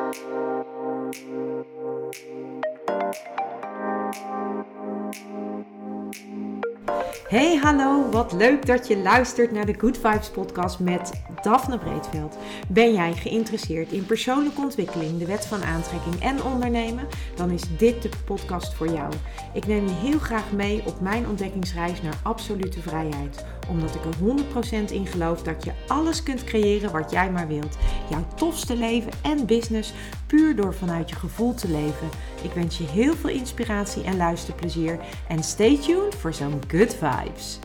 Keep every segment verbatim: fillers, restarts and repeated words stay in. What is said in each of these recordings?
Hey, hallo, wat leuk dat je luistert naar de Good Vibes podcast met Daphne Breedveld. Ben jij geïnteresseerd in persoonlijke ontwikkeling, de wet van aantrekking en ondernemen? Dan is dit de podcast voor jou. Ik neem je heel graag mee op mijn ontdekkingsreis naar absolute vrijheid. Omdat ik er honderd procent in geloof dat je alles kunt creëren wat jij maar wilt. Jouw tofste leven en business puur door vanuit je gevoel te leven. Ik wens je heel veel inspiratie en luisterplezier. En stay tuned voor zo'n good vibes.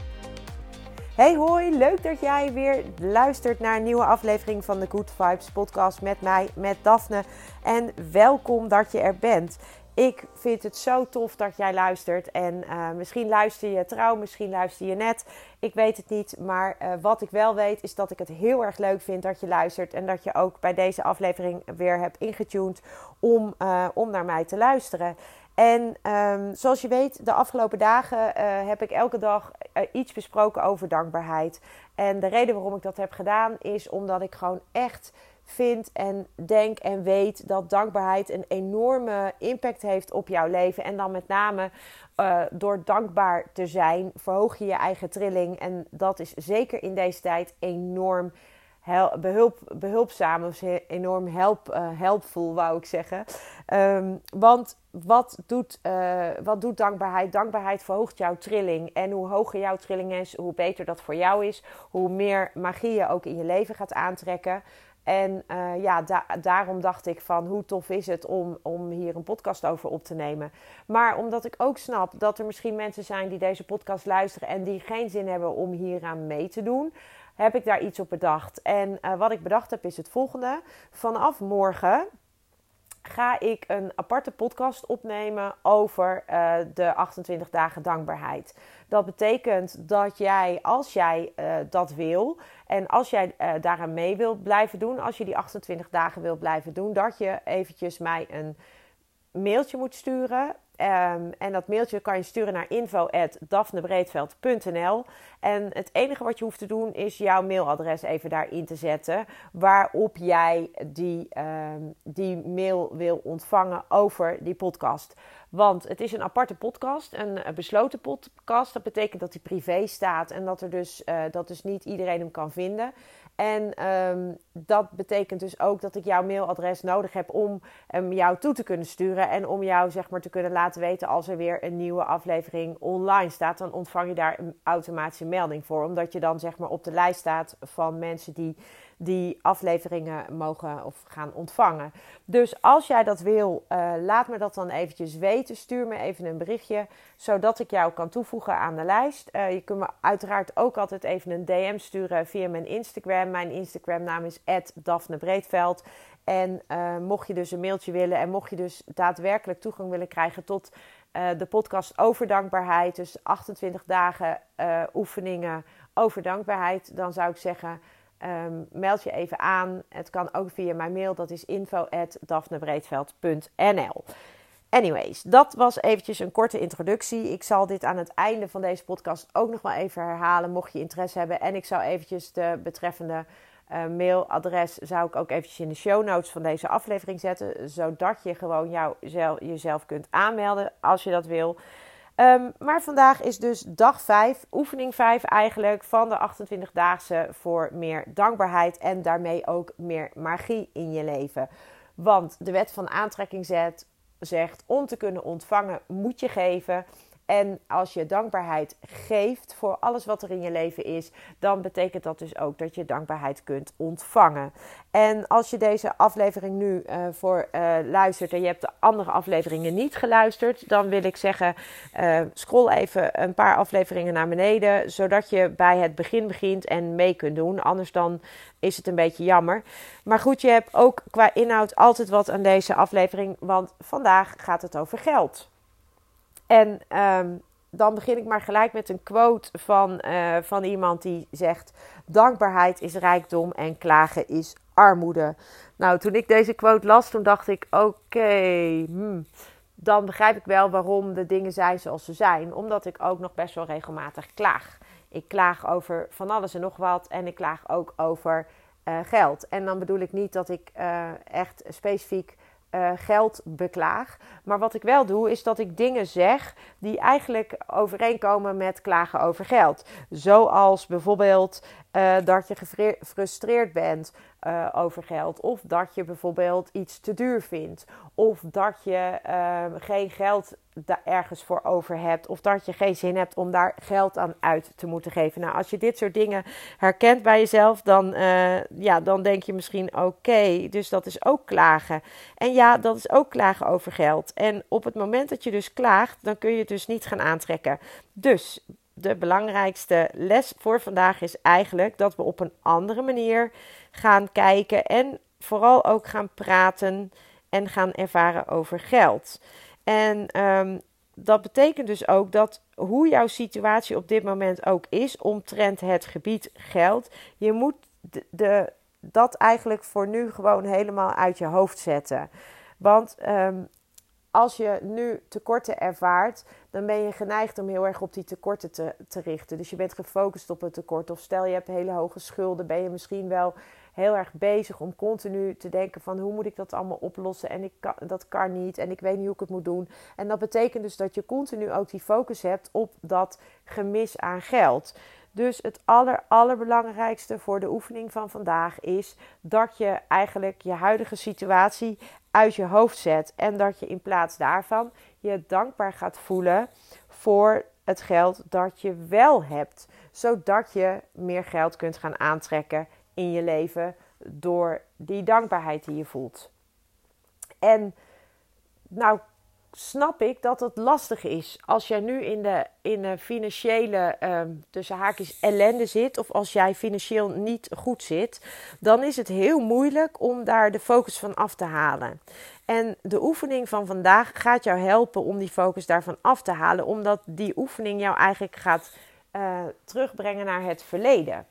Hey hoi, leuk dat jij weer luistert naar een nieuwe aflevering van de Good Vibes podcast met mij, met Daphne. En welkom dat je er bent. Ik vind het zo tof dat jij luistert en uh, misschien luister je trouw, misschien luister je net. Ik weet het niet, maar uh, wat ik wel weet is dat ik het heel erg leuk vind dat je luistert. En dat je ook bij deze aflevering weer hebt ingetuned om, uh, om naar mij te luisteren. En um, zoals je weet, de afgelopen dagen uh, heb ik elke dag uh, iets besproken over dankbaarheid. En de reden waarom ik dat heb gedaan is omdat ik gewoon echt vind en denk en weet dat dankbaarheid een enorme impact heeft op jouw leven. En dan met name uh, door dankbaar te zijn verhoog je je eigen trilling. En dat is zeker in deze tijd enorm hel- behulp, behulpzaam of enorm help, uh, helpvol, wou ik zeggen. Um, want wat doet, uh, wat doet dankbaarheid? Dankbaarheid verhoogt jouw trilling. En hoe hoger jouw trilling is, hoe beter dat voor jou is. Hoe meer magie je ook in je leven gaat aantrekken. En uh, ja, da- daarom dacht ik van hoe tof is het om, om hier een podcast over op te nemen. Maar omdat ik ook snap dat er misschien mensen zijn die deze podcast luisteren en die geen zin hebben om hieraan mee te doen, heb ik daar iets op bedacht. En uh, wat ik bedacht heb is het volgende. Vanaf morgen ga ik een aparte podcast opnemen over uh, de achtentwintig dagen dankbaarheid. Dat betekent dat jij, als jij uh, dat wil en als jij uh, daaraan mee wilt blijven doen, als je die achtentwintig dagen wilt blijven doen, dat je eventjes mij een mailtje moet sturen. Um, en dat mailtje kan je sturen naar info at daphne-breedveld punt n l. En het enige wat je hoeft te doen is jouw mailadres even daarin te zetten, waarop jij die, um, die mail wil ontvangen over die podcast. Want het is een aparte podcast, een besloten podcast. Dat betekent dat die privé staat en dat er dus, uh, dat dus niet iedereen hem kan vinden. En um, dat betekent dus ook dat ik jouw mailadres nodig heb om um, jou toe te kunnen sturen. En om jou zeg maar te kunnen laten weten als er weer een nieuwe aflevering online staat. Dan ontvang je daar een automatische melding voor. Omdat je dan zeg maar op de lijst staat van mensen die die afleveringen mogen of gaan ontvangen. Dus als jij dat wil, uh, laat me dat dan eventjes weten. Stuur me even een berichtje, zodat ik jou kan toevoegen aan de lijst. Uh, je kunt me uiteraard ook altijd even een D M sturen via mijn Instagram. Mijn Instagram naam is at daphne breedveld. En uh, mocht je dus een mailtje willen en mocht je dus daadwerkelijk toegang willen krijgen tot uh, de podcast over dankbaarheid, dus achtentwintig dagen uh, oefeningen over dankbaarheid, dan zou ik zeggen, Um, meld je even aan. Het kan ook via mijn mail. Dat is info at daphne-breedveld punt n l. Anyways, dat was eventjes een korte introductie. Ik zal dit aan het einde van deze podcast ook nog wel even herhalen, mocht je interesse hebben. En ik zou eventjes de betreffende uh, mailadres zou ik ook eventjes in de show notes van deze aflevering zetten, zodat je gewoon jou, zelf, jezelf kunt aanmelden als je dat wil. Um, maar vandaag is dus dag vijf, oefening vijf eigenlijk, van de achtentwintig-daagse voor meer dankbaarheid en daarmee ook meer magie in je leven. Want de wet van aantrekking zet, zegt, om te kunnen ontvangen moet je geven. En als je dankbaarheid geeft voor alles wat er in je leven is, dan betekent dat dus ook dat je dankbaarheid kunt ontvangen. En als je deze aflevering nu uh, voor uh, luistert en je hebt de andere afleveringen niet geluisterd, dan wil ik zeggen, uh, scroll even een paar afleveringen naar beneden, zodat je bij het begin begint en mee kunt doen. Anders dan is het een beetje jammer. Maar goed, je hebt ook qua inhoud altijd wat aan deze aflevering, want vandaag gaat het over geld. En um, dan begin ik maar gelijk met een quote van, uh, van iemand die zegt: dankbaarheid is rijkdom en klagen is armoede. Nou, toen ik deze quote las, toen dacht ik, oké, okay, hmm, dan begrijp ik wel waarom de dingen zijn zoals ze zijn. Omdat ik ook nog best wel regelmatig klaag. Ik klaag over van alles en nog wat en ik klaag ook over uh, geld. En dan bedoel ik niet dat ik uh, echt specifiek uh, geld beklaag. Maar wat ik wel doe, is dat ik dingen zeg die eigenlijk overeenkomen met klagen over geld. Zoals bijvoorbeeld uh, dat je gefrustreerd bent uh, over geld. Of dat je bijvoorbeeld iets te duur vindt. Of dat je uh, geen geld daar ergens voor over hebt. Of dat je geen zin hebt om daar geld aan uit te moeten geven. Nou, als je dit soort dingen herkent bij jezelf, dan, uh, ja, dan denk je misschien oké. Okay, dus dat is ook klagen. En ja, dat is ook klagen over geld. En op het moment dat je dus klaagt, dan kun je het dus niet gaan aantrekken. Dus de belangrijkste les voor vandaag is eigenlijk dat we op een andere manier gaan kijken. En vooral ook gaan praten en gaan ervaren over geld. En um, dat betekent dus ook dat hoe jouw situatie op dit moment ook is omtrent het gebied geld, je moet de, de, dat eigenlijk voor nu gewoon helemaal uit je hoofd zetten. Want um, als je nu tekorten ervaart, dan ben je geneigd om heel erg op die tekorten te, te richten. Dus je bent gefocust op het tekort. Of stel je hebt hele hoge schulden, ben je misschien wel heel erg bezig om continu te denken van hoe moet ik dat allemaal oplossen en ik kan, dat kan niet en ik weet niet hoe ik het moet doen. En dat betekent dus dat je continu ook die focus hebt op dat gemis aan geld. Dus het aller, allerbelangrijkste voor de oefening van vandaag is dat je eigenlijk je huidige situatie uit je hoofd zet. En dat je in plaats daarvan je dankbaar gaat voelen voor het geld dat je wel hebt. Zodat je meer geld kunt gaan aantrekken in je leven door die dankbaarheid die je voelt. En nou snap ik dat het lastig is als jij nu in de, in de financiële um, tussen haakjes ellende zit, of als jij financieel niet goed zit, dan is het heel moeilijk om daar de focus van af te halen. En de oefening van vandaag gaat jou helpen om die focus daarvan af te halen, omdat die oefening jou eigenlijk gaat uh, terugbrengen naar het verleden.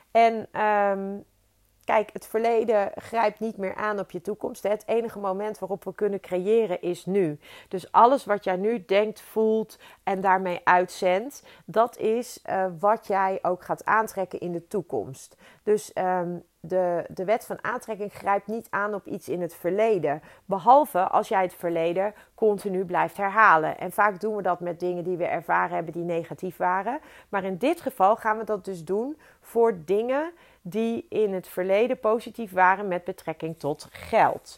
En um, kijk, het verleden grijpt niet meer aan op je toekomst. Het enige moment waarop we kunnen creëren is nu. Dus alles wat jij nu denkt, voelt en daarmee uitzendt, dat is uh, wat jij ook gaat aantrekken in de toekomst. Dus um, de, de wet van aantrekking grijpt niet aan op iets in het verleden. Behalve als jij het verleden continu blijft herhalen. En vaak doen we dat met dingen die we ervaren hebben die negatief waren. Maar in dit geval gaan we dat dus doen voor dingen die in het verleden positief waren met betrekking tot geld.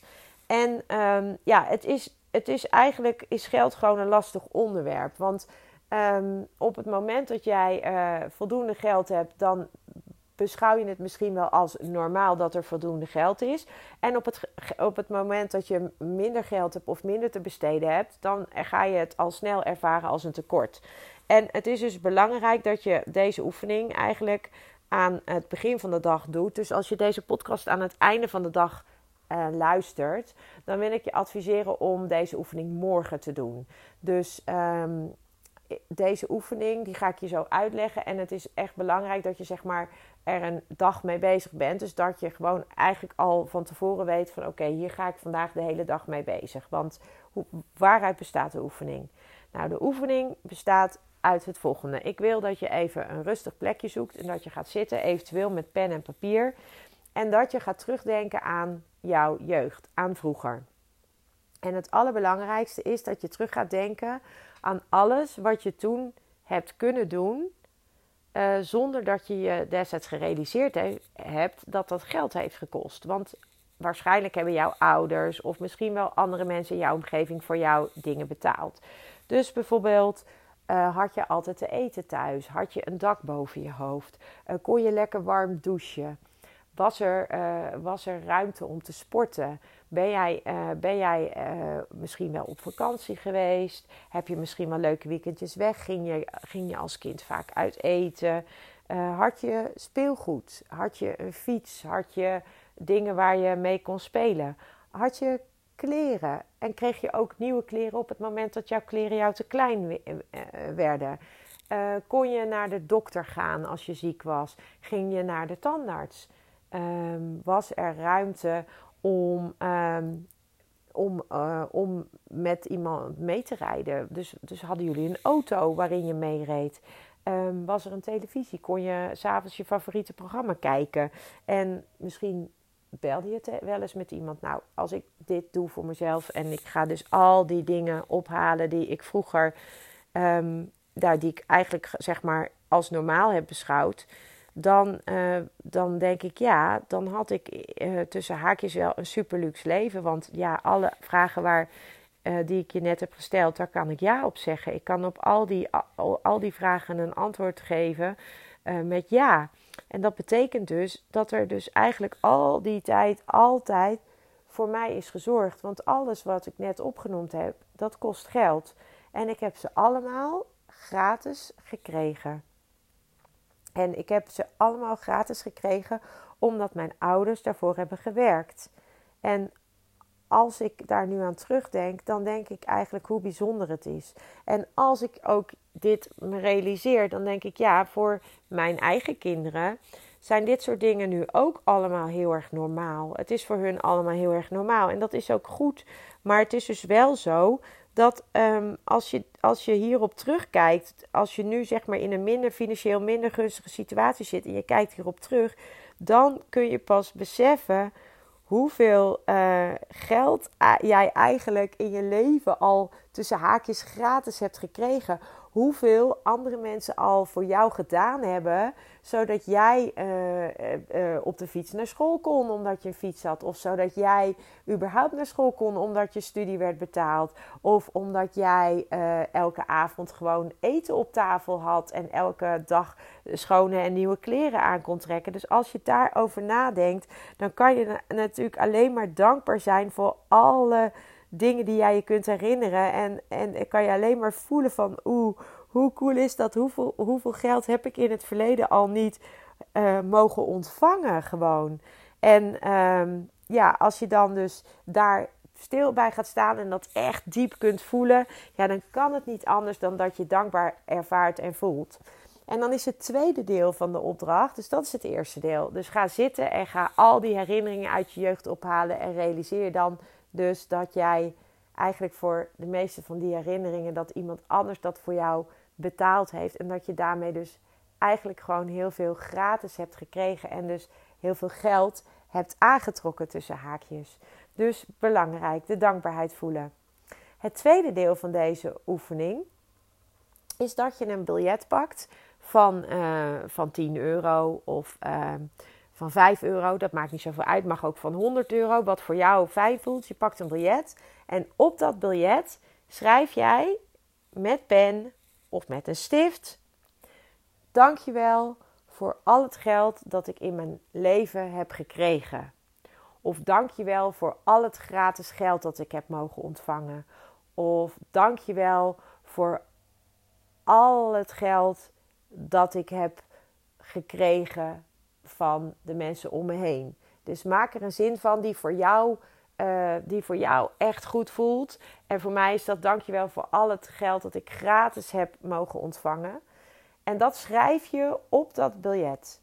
En um, ja, het is, het is eigenlijk is geld gewoon een lastig onderwerp. Want um, op het moment dat jij uh, voldoende geld hebt, dan beschouw je het misschien wel als normaal dat er voldoende geld is. En op het, op het moment dat je minder geld hebt of minder te besteden hebt, dan ga je het al snel ervaren als een tekort. En het is dus belangrijk dat je deze oefening eigenlijk aan het begin van de dag doet. Dus als je deze podcast aan het einde van de dag uh, luistert, dan wil ik je adviseren om deze oefening morgen te doen. Dus um, deze oefening, die ga ik je zo uitleggen. En het is echt belangrijk dat je zeg maar er een dag mee bezig bent. Dus dat je gewoon eigenlijk al van tevoren weet van oké, okay, hier ga ik vandaag de hele dag mee bezig. Want hoe, waaruit bestaat de oefening? Nou, de oefening bestaat uit het volgende. Ik wil dat je even een rustig plekje zoekt en dat je gaat zitten, eventueel met pen en papier. En dat je gaat terugdenken aan jouw jeugd, aan vroeger. En het allerbelangrijkste is dat je terug gaat denken aan alles wat je toen hebt kunnen doen, uh, zonder dat je je destijds gerealiseerd he- hebt dat dat geld heeft gekost. Want waarschijnlijk hebben jouw ouders of misschien wel andere mensen in jouw omgeving voor jou dingen betaald. Dus bijvoorbeeld Uh, had je altijd te eten thuis? Had je een dak boven je hoofd? Uh, kon je lekker warm douchen? Was er, uh, was er ruimte om te sporten? Ben jij, uh, ben jij uh, misschien wel op vakantie geweest? Heb je misschien wel leuke weekendjes weg? Ging je, ging je als kind vaak uit eten? Uh, had je speelgoed? Had je een fiets? Had je dingen waar je mee kon spelen? Had je kleren? En kreeg je ook nieuwe kleren op het moment dat jouw kleren jou te klein werden? Uh, kon je naar de dokter gaan als je ziek was? Ging je naar de tandarts? Um, was er ruimte om, um, om, uh, om met iemand mee te rijden? Dus, dus hadden jullie een auto waarin je meereed? Um, was er een televisie? Kon je 's avonds je favoriete programma kijken? En misschien belde je te, wel eens met iemand. Nou, als ik dit doe voor mezelf en ik ga dus al die dingen ophalen die ik vroeger, um, daar die ik eigenlijk zeg maar als normaal heb beschouwd, dan, uh, dan denk ik ja, dan had ik uh, tussen haakjes wel een super luxe leven. Want ja, alle vragen waar Uh, die ik je net heb gesteld, daar kan ik ja op zeggen. Ik kan op al die, al, al die vragen een antwoord geven uh, met ja. En dat betekent dus dat er dus eigenlijk al die tijd altijd voor mij is gezorgd. Want alles wat ik net opgenoemd heb, dat kost geld. En ik heb ze allemaal gratis gekregen. En ik heb ze allemaal gratis gekregen omdat mijn ouders daarvoor hebben gewerkt. En als ik daar nu aan terugdenk, dan denk ik eigenlijk hoe bijzonder het is. En als ik ook dit me realiseer, dan denk ik ja, voor mijn eigen kinderen zijn dit soort dingen nu ook allemaal heel erg normaal. Het is voor hun allemaal heel erg normaal en dat is ook goed. Maar het is dus wel zo dat um, als je, als je hierop terugkijkt, als je nu zeg maar in een minder financieel minder gunstige situatie zit en je kijkt hierop terug, dan kun je pas beseffen hoeveel uh, geld uh, jij eigenlijk in je leven al tussen haakjes gratis hebt gekregen. Hoeveel andere mensen al voor jou gedaan hebben, zodat jij uh, uh, op de fiets naar school kon omdat je een fiets had. Of zodat jij überhaupt naar school kon omdat je studie werd betaald. Of omdat jij uh, elke avond gewoon eten op tafel had en elke dag schone en nieuwe kleren aan kon trekken. Dus als je daarover nadenkt, dan kan je natuurlijk alleen maar dankbaar zijn voor alle dingen die jij je kunt herinneren. En, en kan je alleen maar voelen van oeh, hoe cool is dat? Hoeveel, hoeveel geld heb ik in het verleden al niet uh, mogen ontvangen gewoon. En um, ja, als je dan dus daar stil bij gaat staan en dat echt diep kunt voelen, ja, dan kan het niet anders dan dat je dankbaar ervaart en voelt. En dan is het tweede deel van de opdracht, dus dat is het eerste deel. Dus ga zitten en ga al die herinneringen uit je jeugd ophalen en realiseer dan dus dat jij eigenlijk voor de meeste van die herinneringen, dat iemand anders dat voor jou betaald heeft. En dat je daarmee dus eigenlijk gewoon heel veel gratis hebt gekregen. En dus heel veel geld hebt aangetrokken tussen haakjes. Dus belangrijk, de dankbaarheid voelen. Het tweede deel van deze oefening is dat je een biljet pakt van, uh, van tien euro of uh, van vijf euro. Dat maakt niet zoveel uit, mag ook van honderd euro. Wat voor jou fijn voelt. Je pakt een biljet en op dat biljet schrijf jij met pen of met een stift: dankjewel voor al het geld dat ik in mijn leven heb gekregen. Of dankjewel voor al het gratis geld dat ik heb mogen ontvangen. Of dankjewel voor al het geld dat ik heb gekregen van de mensen om me heen. Dus maak er een zin van die voor jou, uh, die voor jou echt goed voelt. En voor mij is dat dankjewel voor al het geld dat ik gratis heb mogen ontvangen. En dat schrijf je op dat biljet.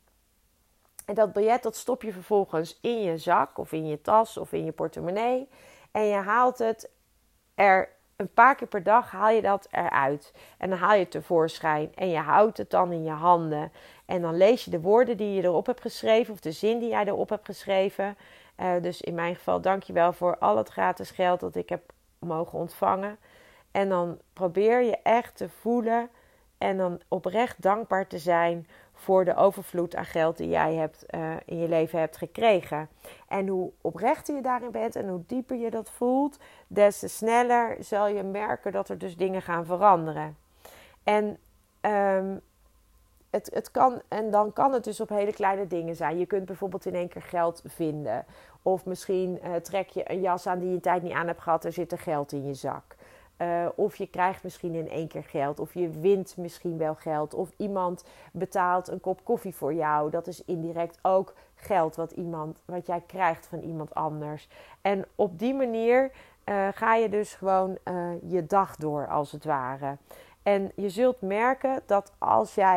En dat biljet dat stop je vervolgens in je zak of in je tas of in je portemonnee. En je haalt het er een paar keer per dag haal je dat eruit. En dan haal je het tevoorschijn. En je houdt het dan in je handen. En dan lees je de woorden die je erop hebt geschreven. Of de zin die jij erop hebt geschreven. Uh, dus in mijn geval, dankjewel voor al het gratis geld dat ik heb mogen ontvangen. En dan probeer je echt te voelen en dan oprecht dankbaar te zijn voor de overvloed aan geld die jij hebt, uh, in je leven hebt gekregen. En hoe oprechter je daarin bent en hoe dieper je dat voelt, des te sneller zal je merken dat er dus dingen gaan veranderen. En, um, het, het kan, en dan kan het dus op hele kleine dingen zijn. Je kunt bijvoorbeeld in één keer geld vinden. Of misschien uh, trek je een jas aan die je een tijd niet aan hebt gehad, er zit er geld in je zak. Uh, of je krijgt misschien in één keer geld. Of je wint misschien wel geld. Of iemand betaalt een kop koffie voor jou. Dat is indirect ook geld wat, iemand, wat jij krijgt van iemand anders. En op die manier uh, ga je dus gewoon uh, je dag door als het ware. En je zult merken dat als jij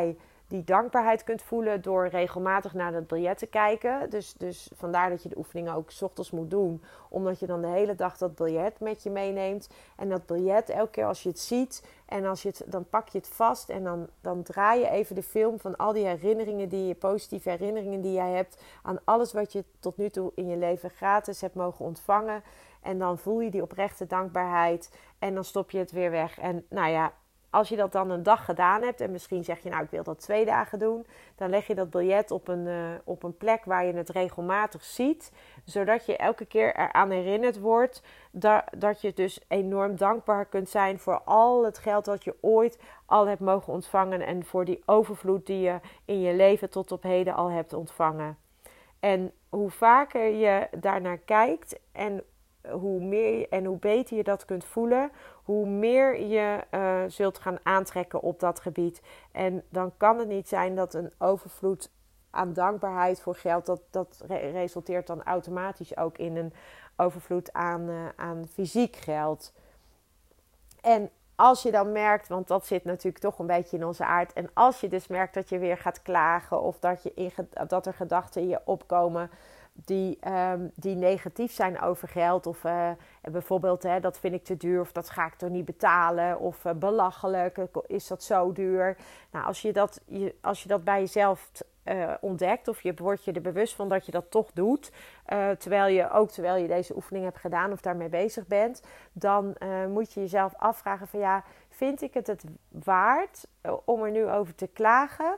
die dankbaarheid kunt voelen door regelmatig naar dat biljet te kijken. Dus, dus vandaar dat je de oefeningen ook 's ochtends moet doen. Omdat je dan de hele dag dat biljet met je meeneemt. En dat biljet, elke keer als je het ziet en als je het, dan pak je het vast. En dan, dan draai je even de film van al die herinneringen, die je positieve herinneringen die jij hebt. Aan alles wat je tot nu toe in je leven gratis hebt mogen ontvangen. En dan voel je die oprechte dankbaarheid. En dan stop je het weer weg. En nou ja, als je dat dan een dag gedaan hebt en misschien zeg je nou ik wil dat twee dagen doen. Dan leg je dat biljet op een, uh, op een plek waar je het regelmatig ziet. Zodat je elke keer eraan herinnerd wordt da- dat je dus enorm dankbaar kunt zijn voor al het geld dat je ooit al hebt mogen ontvangen. En voor die overvloed die je in je leven tot op heden al hebt ontvangen. En hoe vaker je daarnaar kijkt en hoe meer je, en hoe beter je dat kunt voelen, hoe meer je uh, zult gaan aantrekken op dat gebied. En dan kan het niet zijn dat een overvloed aan dankbaarheid voor geld, dat, dat re- resulteert dan automatisch ook in een overvloed aan, uh, aan fysiek geld. En als je dan merkt, want dat zit natuurlijk toch een beetje in onze aard. En als je dus merkt dat je weer gaat klagen of dat, je in, dat er gedachten in je opkomen die, um, die negatief zijn over geld. Of uh, bijvoorbeeld, hè, dat vind ik te duur of dat ga ik toch niet betalen. Of uh, belachelijk, is dat zo duur. Nou, als je dat, je, als je dat bij jezelf uh, ontdekt of je wordt je er bewust van dat je dat toch doet. Uh, terwijl je ook terwijl je deze oefening hebt gedaan of daarmee bezig bent. Dan uh, moet je jezelf afvragen van ja, vind ik het het waard uh, om er nu over te klagen?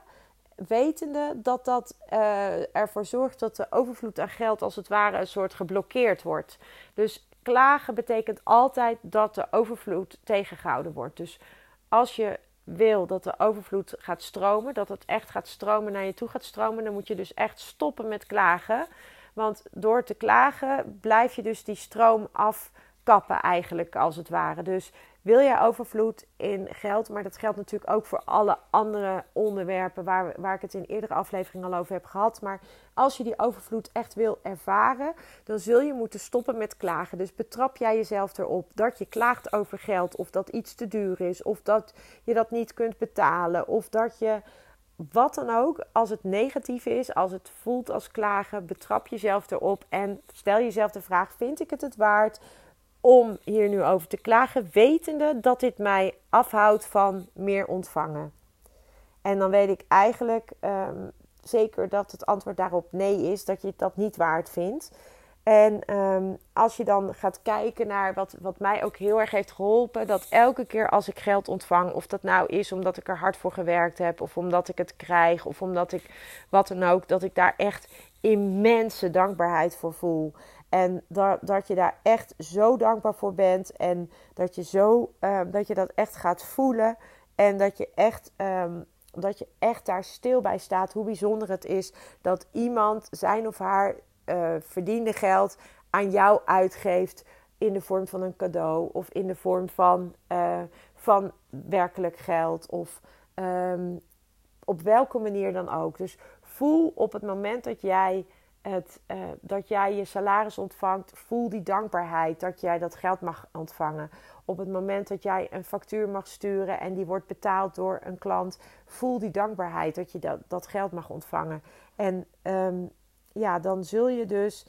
Wetende dat dat uh, ervoor zorgt dat de overvloed aan geld als het ware een soort geblokkeerd wordt. Dus klagen betekent altijd dat de overvloed tegengehouden wordt. Dus als je wil dat de overvloed gaat stromen, dat het echt gaat stromen naar je toe gaat stromen, dan moet je dus echt stoppen met klagen. Want door te klagen blijf je dus die stroom afkappen eigenlijk als het ware. Dus wil jij overvloed in geld, maar dat geldt natuurlijk ook voor alle andere onderwerpen waar, waar ik het in eerdere afleveringen al over heb gehad. Maar als je die overvloed echt wil ervaren, dan zul je moeten stoppen met klagen. Dus betrap jij jezelf erop dat je klaagt over geld of dat iets te duur is of dat je dat niet kunt betalen of dat je wat dan ook, als het negatief is, als het voelt als klagen, betrap jezelf erop en stel jezelf de vraag, vind ik het het waard om hier nu over te klagen, wetende dat dit mij afhoudt van meer ontvangen? En dan weet ik eigenlijk um, zeker dat het antwoord daarop nee is, dat je dat niet waard vindt. En um, als je dan gaat kijken naar wat, wat mij ook heel erg heeft geholpen, dat elke keer als ik geld ontvang, of dat nou is omdat ik er hard voor gewerkt heb, of omdat ik het krijg, of omdat ik wat dan ook, dat ik daar echt immense dankbaarheid voor voel. En dat, dat je daar echt zo dankbaar voor bent. En dat je, zo, uh, dat, je dat echt gaat voelen. En dat je, echt, um, dat je echt daar stil bij staat. Hoe bijzonder het is dat iemand zijn of haar uh, verdiende geld aan jou uitgeeft. In de vorm van een cadeau. Of in de vorm van, uh, van werkelijk geld. Of um, op welke manier dan ook. Dus voel op het moment dat jij... Het, uh, dat jij je salaris ontvangt, voel die dankbaarheid dat jij dat geld mag ontvangen. Op het moment dat jij een factuur mag sturen en die wordt betaald door een klant, voel die dankbaarheid dat je dat, dat geld mag ontvangen. En um, ja, dan zul je dus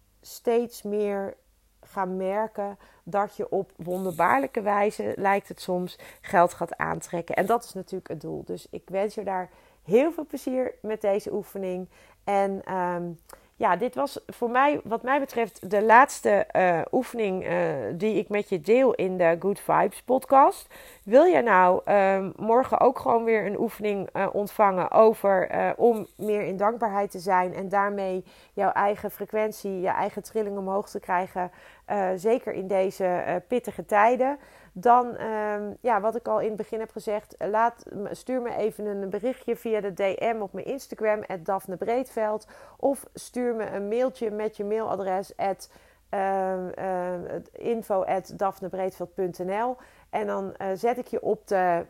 steeds meer gaan merken dat je op wonderbaarlijke wijze, lijkt het soms, geld gaat aantrekken. En dat is natuurlijk het doel. Dus ik wens je daar heel veel plezier met deze oefening. En um, ja, dit was voor mij, wat mij betreft, de laatste uh, oefening uh, die ik met je deel in de Good Vibes podcast. Wil je nou um, morgen ook gewoon weer een oefening uh, ontvangen over uh, om meer in dankbaarheid te zijn en daarmee jouw eigen frequentie, je eigen trilling omhoog te krijgen, uh, zeker in deze uh, pittige tijden? Dan, um, ja, wat ik al in het begin heb gezegd, laat, stuur me even een berichtje via de D M op mijn Instagram, at Daphne Breedveld. Of stuur me een mailtje met je mailadres, at uh, uh, info at daphne-breedveld punt n l. En dan uh, zet ik je op de,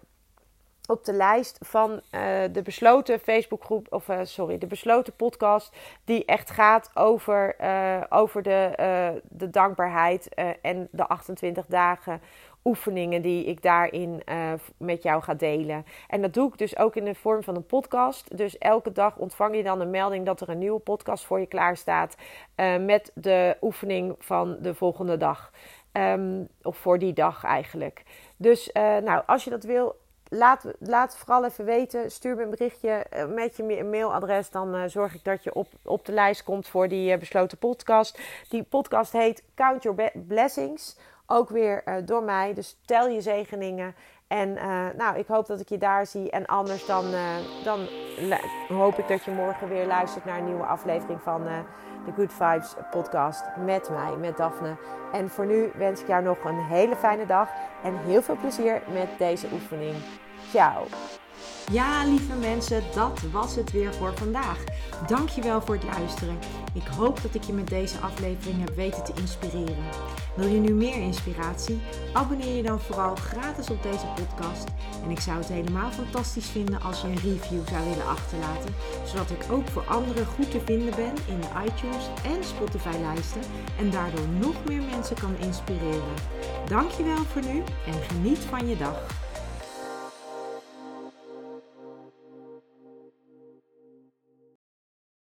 op de lijst van uh, de besloten Facebookgroep, of uh, sorry, de besloten podcast, die echt gaat over, uh, over de, uh, de dankbaarheid uh, en de achtentwintig dagen oefeningen die ik daarin uh, met jou ga delen. En dat doe ik dus ook in de vorm van een podcast. Dus elke dag ontvang je dan een melding dat er een nieuwe podcast voor je klaar staat. Uh, met de oefening van de volgende dag. Um, of voor die dag eigenlijk. Dus uh, nou, als je dat wil, laat, laat vooral even weten. Stuur me een berichtje uh, met je mailadres. Dan uh, zorg ik dat je op, op de lijst komt voor die uh, besloten podcast. Die podcast heet Count Your Be- Blessings. Ook weer uh, door mij. Dus tel je zegeningen. En uh, nou, ik hoop dat ik je daar zie. En anders dan, uh, dan lu- hoop ik dat je morgen weer luistert naar een nieuwe aflevering van uh, de Good Vibes podcast met mij, met Daphne. En voor nu wens ik jou nog een hele fijne dag en heel veel plezier met deze oefening. Ciao! Ja, lieve mensen, dat was het weer voor vandaag. Dankjewel voor het luisteren. Ik hoop dat ik je met deze aflevering heb weten te inspireren. Wil je nu meer inspiratie? Abonneer je dan vooral gratis op deze podcast. En ik zou het helemaal fantastisch vinden als je een review zou willen achterlaten. Zodat ik ook voor anderen goed te vinden ben in de iTunes en Spotify lijsten. En daardoor nog meer mensen kan inspireren. Dankjewel voor nu en geniet van je dag.